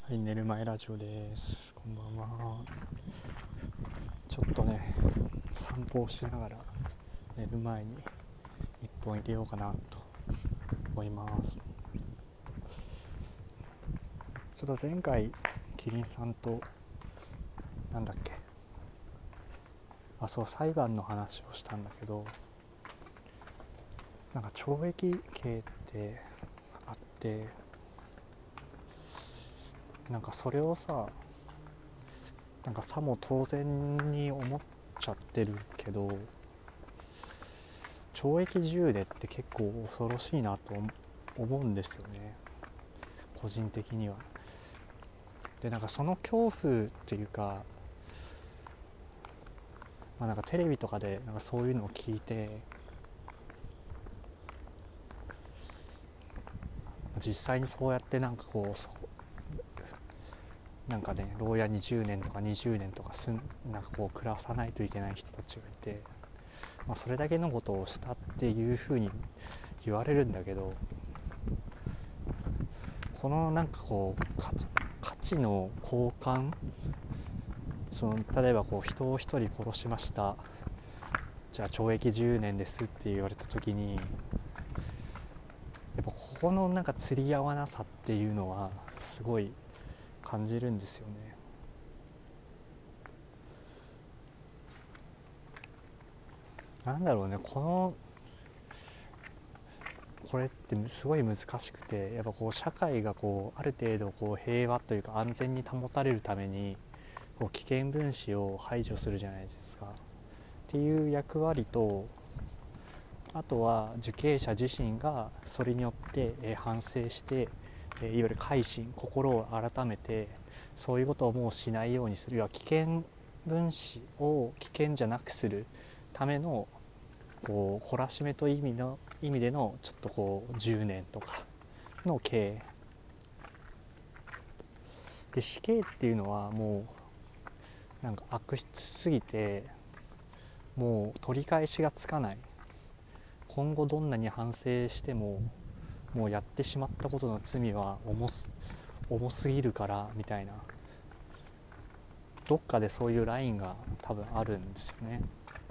はい、寝る前ラジオです。こんばんは。ちょっとね、散歩をしながら寝る前に一本入れようかなと思います。ちょっと前回キリンさんとなんだっけ、そう裁判の話をしたんだけど、なんか懲役刑ってあって、なんかそれをさ、なんかさも当然に思っちゃってるけど、懲役10年って結構恐ろしいなと思うんですよね、個人的には。で、なんかその恐怖っていうか、なんかテレビとかでなんかそういうのを聞いて、実際にそうやってなんかこうなんかね、牢屋に10年とか20年とかなんかこう暮らさないといけない人たちがいて、それだけのことをしたっていう風に言われるんだけど、このなんかこう価値の交換、例えばこう人を一人殺しました、じゃあ懲役10年ですって言われた時に、やっぱここのなんか釣り合わなさっていうのはすごい感じるんですよね。なんだろうね、これってすごい難しくて、やっぱこう社会がこうある程度こう平和というか安全に保たれるためにこう危険分子を排除するじゃないですかっていう役割と、あとは受刑者自身がそれによって反省して、いわゆる改心、心を改めてそういうことをもうしないようにする、いや危険分子を危険じゃなくするためのこう懲らしめという意味でのちょっとこう10年とかの刑で、死刑っていうのはもうなんか悪質すぎてもう取り返しがつかない、今後どんなに反省してももうやってしまったことの罪は重すぎるからみたいな、どっかでそういうラインが多分あるんですよね。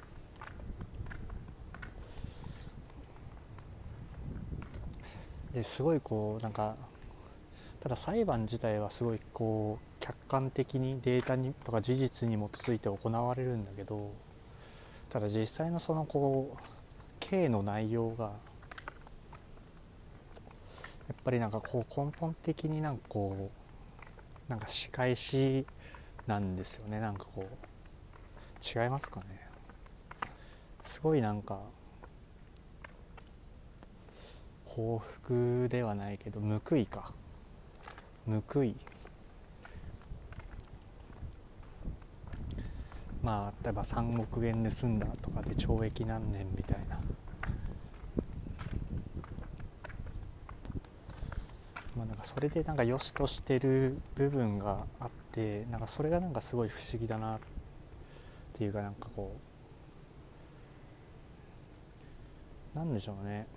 ですごいこうなんか、ただ裁判自体はすごいこう客観的にデータにとか事実に基づいて行われるんだけど、ただ実際のそのこう刑の内容がやっぱりなんかこう根本的になんかこうなんか仕返しなんですよね。なんかこう違いますかね。すごいなんか報復ではないけど報いか、報い、例えば3億円盗んだとかで懲役何年みたいな、なんかそれでなんか良しとしてる部分があって、なんかそれがなんかすごい不思議だなっていうか、なんかこうなんでしょうね、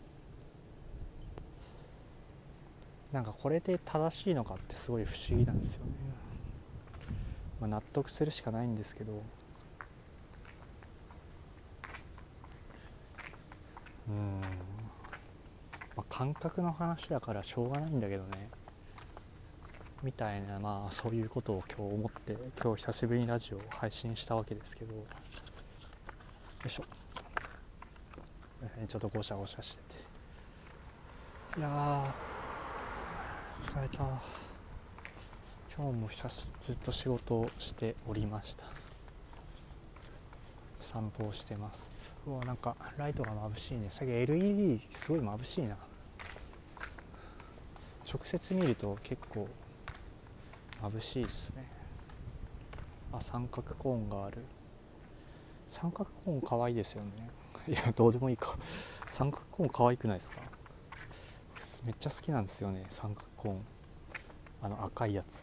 なんかこれで正しいのかってすごい不思議なんですよね。納得するしかないんですけど、感覚の話だからしょうがないんだけどねみたいな、そういうことを今日思って、今日久しぶりにラジオを配信したわけですけど、よいしょ、ちょっとゴシャゴシャしてて、いやー疲れた。今日もずっと仕事をしておりました。散歩をしてます。うわ、なんかライトが眩しいね。さっき LED すごい眩しいな。直接見ると結構眩しいですね。三角コーンがある。三角コーンかわいいですよね。いやどうでもいいか。三角コーンかわいくないですか。めっちゃ好きなんですよね、三角コーン。赤いやつ。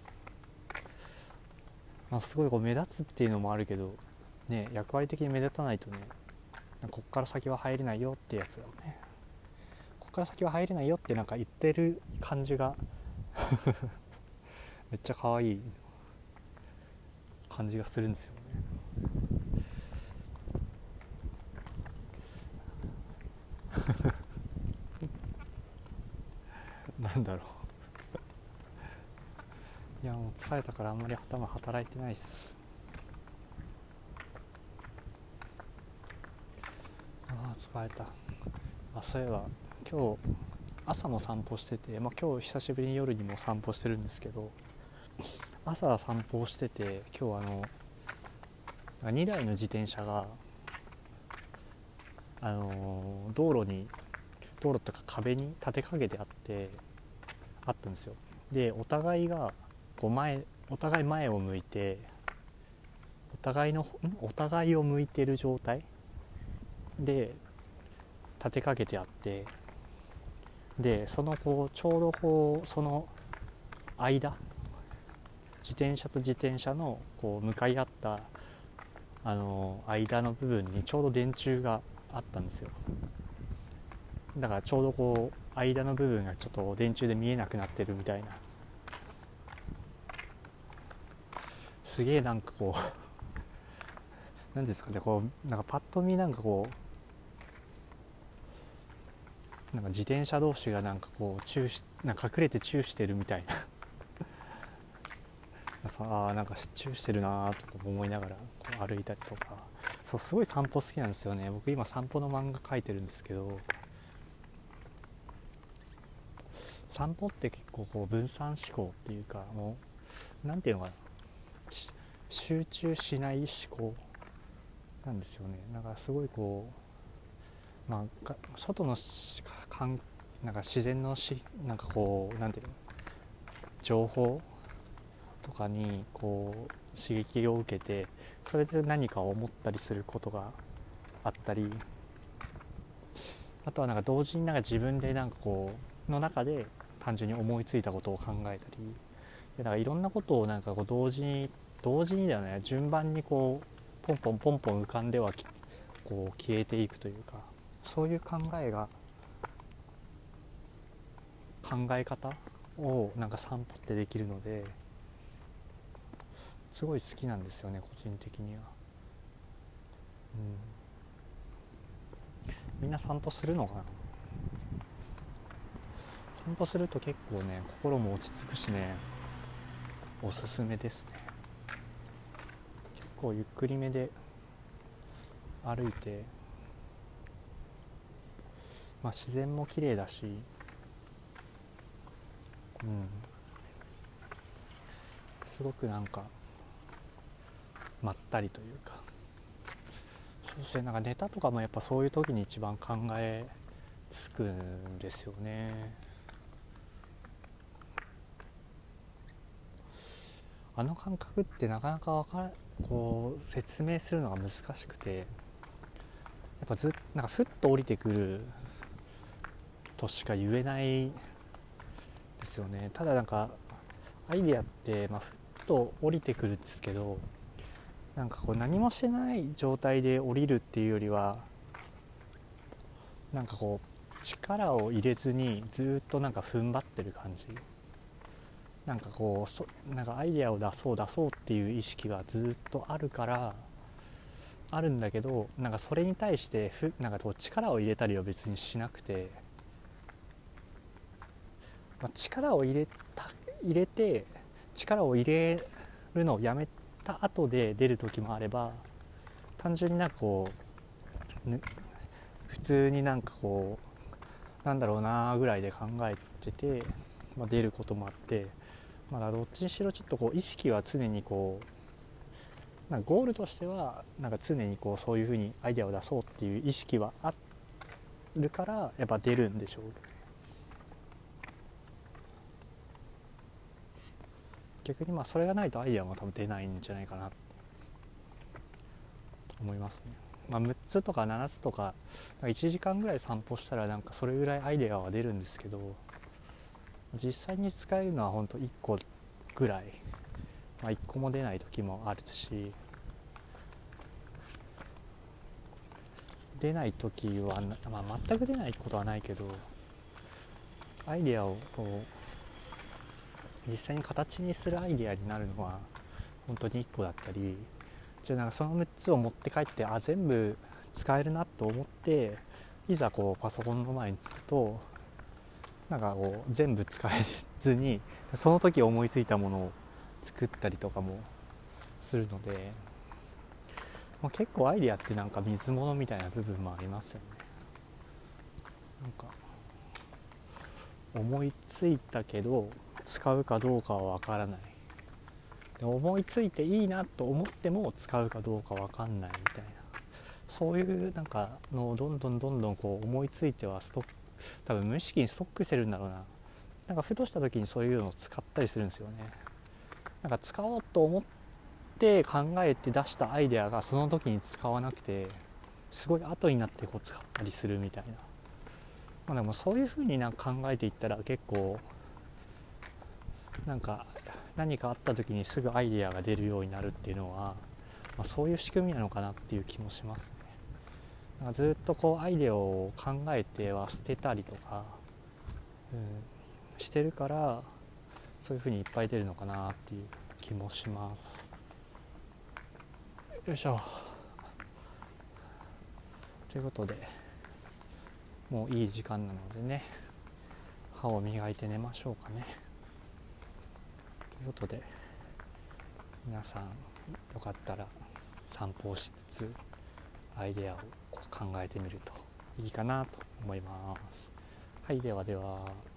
すごいこう目立つっていうのもあるけどね、役割的に目立たないとね、こっから先は入れないよってやつだよね。こっから先は入れないよってなんか言ってる感じがめっちゃ可愛い感じがするんですよね。なんだろう。いやもう疲れたからあんまり頭働いてないっす。あー疲れた。そういえば今日朝も散歩してて、今日久しぶりに夜にも散歩してるんですけど、朝散歩をしてて、今日2台の自転車が道路とか壁に立てかけてあったんですよ。でお互いがお互い前を向いて、お互いを向いてる状態で立てかけてあって、でちょうどその間、自転車と自転車の向かい合った間の部分にちょうど電柱があったんですよ。だからちょうど間の部分がちょっと電柱で見えなくなってるみたいな、すげえなんか何ですかね、なんかパッと見なんかなんか自転車同士がなんかなんか隠れてチューしてるみたいななんかチューしてるなとか思いながら歩いたりとか。そうすごい散歩好きなんですよね。僕今散歩の漫画描いてるんですけど、散歩って結構分散思考っていうか、もうなんていうのかな、集中しない思考なんですよね。なんかすごい外のなんか自然のなんかなんていうの、情報とかに刺激を受けて、それで何かを思ったりすることがあったり、あとはなんか同時になんか自分でなんかの中で単純に思いついたことを考えたり、でなんかいろんなことをなんか同時にだよね、順番にポンポンポンポン浮かんでは消えていくというか、そういう考え方をなんか散歩ってできるので、すごい好きなんですよね、個人的には。みんな散歩するのかな。散歩すると結構ね、心も落ち着くしね、おすすめですね。結構ゆっくりめで歩いて、自然も綺麗だし、すごくなんかまったりというか、そしてなんかネタとかもやっぱそういう時に一番考えつくんですよね。あの感覚ってなかなか説明するのが難しくて、やっぱなんかふっと降りてくるとしか言えないですよね。ただなんかアイデアって、ふっと降りてくるんですけど、なんか何もしてない状態で降りるっていうよりは、なんか力を入れずにずっとなんか踏ん張ってる感じ、なんかなんかアイデアを出そうっていう意識がずっとあるからあるんだけど、なんかそれに対してなんか力を入れたりは別にしなくて、力を入れて力を入れるのをやめた後で出る時もあれば、単純になんか普通になんかなんだろうなぐらいで考えてて、出ることもあって、どっちにしろちょっと意識は常になんかゴールとしてはなんか常にそういう風にアイデアを出そうっていう意識はあるからやっぱ出るんでしょう。逆にそれがないとアイデアも多分出ないんじゃないかなと思いますね。6つとか7つとか1時間ぐらい散歩したらなんかそれぐらいアイデアは出るんですけど、実際に使えるのはほんと1個ぐらい、1個も出ない時もあるし、出ない時は、全く出ないことはないけど、アイデアを実際に形にするアイデアになるのは本当に1個だったり、じゃあなんかその6つを持って帰って、全部使えるなと思って、いざこうパソコンの前につくとなんかこう全部使えずに、その時思いついたものを作ったりとかもするので、結構アイデアってなんか水物みたいな部分もありますよね。なんか思いついたけど使うかどうかは分からない、で思いついていいなと思っても使うかどうか分かんないみたいな、そういうなんかのをどんどんこう思いついては多分無意識にストックしてるんだろうな。なんかふとした時にそういうのを使ったりするんですよね。なんか使おうと思って考えて出したアイデアがその時に使わなくて、すごい後になってこう使ったりするみたいな。でもそういう風になんか考えていったら結構なんか何かあった時にすぐアイデアが出るようになるっていうのは、そういう仕組みなのかなっていう気もしますね。なんかずっとこうアイデアを考えては捨てたりとか、してるからそういう風にいっぱい出るのかなっていう気もします。よいしょ。ということでもういい時間なのでね、歯を磨いて寝ましょうかね。ということで皆さんよかったら散歩をしつつアイデアを考えてみるといいかなと思います。はい、ではでは。